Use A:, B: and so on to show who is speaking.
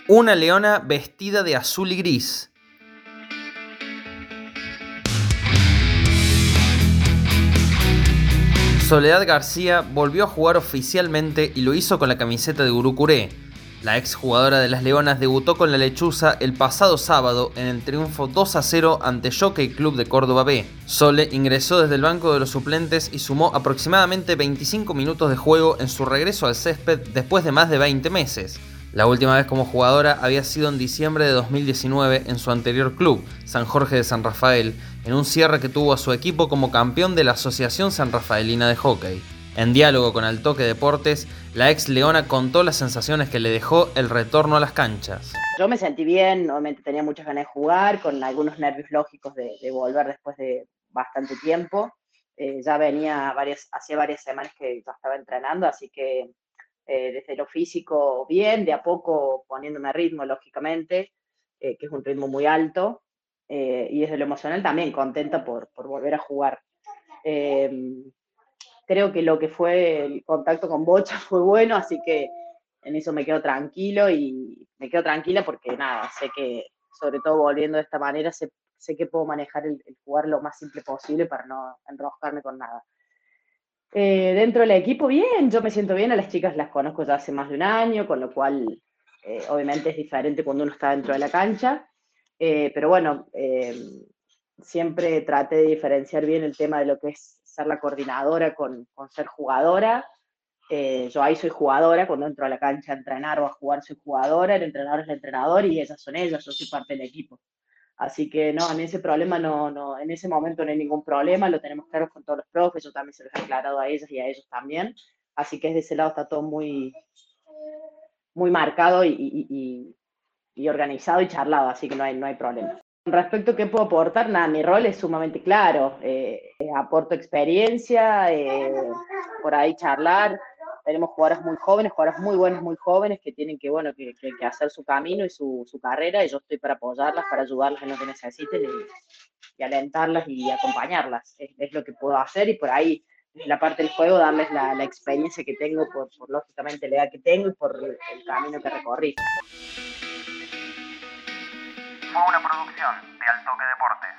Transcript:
A: Una leona vestida de azul y gris. Soledad García volvió a jugar oficialmente y lo hizo con la camiseta de Urucuré. La exjugadora de las Leonas debutó con la Lechuza el pasado sábado en el triunfo 2-0 ante Jockey Club de Córdoba B. Sole ingresó desde el banco de los suplentes y sumó aproximadamente 25 minutos de juego en su regreso al césped después de más de 20 meses. La última vez como jugadora había sido en diciembre de 2019 en su anterior club, San Jorge de San Rafael, en un cierre que tuvo a su equipo como campeón de la Asociación Sanrafaelina de Hockey. En diálogo con Al Toque Deportes, la ex leona contó las sensaciones que le dejó el retorno a las canchas.
B: Yo me sentí bien, obviamente tenía muchas ganas de jugar, con algunos nervios lógicos de volver después de bastante tiempo. Ya hacía varias semanas que ya estaba entrenando, así que desde lo físico bien, de a poco poniéndome a ritmo, lógicamente, que es un ritmo muy alto, y desde lo emocional también contenta por volver a jugar. Creo que lo que fue el contacto con Bocha fue bueno, así que en eso me quedo tranquilo y me quedo tranquila porque nada, sé que sobre todo volviendo de esta manera, sé que puedo manejar el jugar lo más simple posible para no enroscarme con nada. Dentro del equipo, bien, yo me siento bien, a las chicas las conozco ya hace más de un año, con lo cual obviamente es diferente cuando uno está dentro de la cancha, pero bueno, siempre traté de diferenciar bien el tema de lo que es ser la coordinadora con ser jugadora. Yo ahí soy jugadora, cuando entro a la cancha a entrenar o a jugar soy jugadora, el entrenador es el entrenador y ellas son ellas, yo soy parte del equipo. Así que no, en ese problema no, en ese momento no hay ningún problema, lo tenemos claro con todos los profes, yo también se los he aclarado a ellas y a ellos también. Así que desde ese lado está todo muy, muy marcado y organizado y charlado, así que no hay problema. Con respecto a qué puedo aportar, nada, mi rol es sumamente claro. Aporto experiencia, por ahí charlar. Tenemos jugadoras muy jóvenes, jugadoras muy buenas, muy jóvenes, que tienen que, bueno, que hacer su camino y su carrera, y yo estoy para apoyarlas, para ayudarlas en lo que necesiten y alentarlas y acompañarlas. Es lo que puedo hacer y por ahí, en la parte del juego, darles la experiencia que tengo por lógicamente la edad que tengo y por el camino que recorrí.
A: Fue una producción de Al Toque Deportes.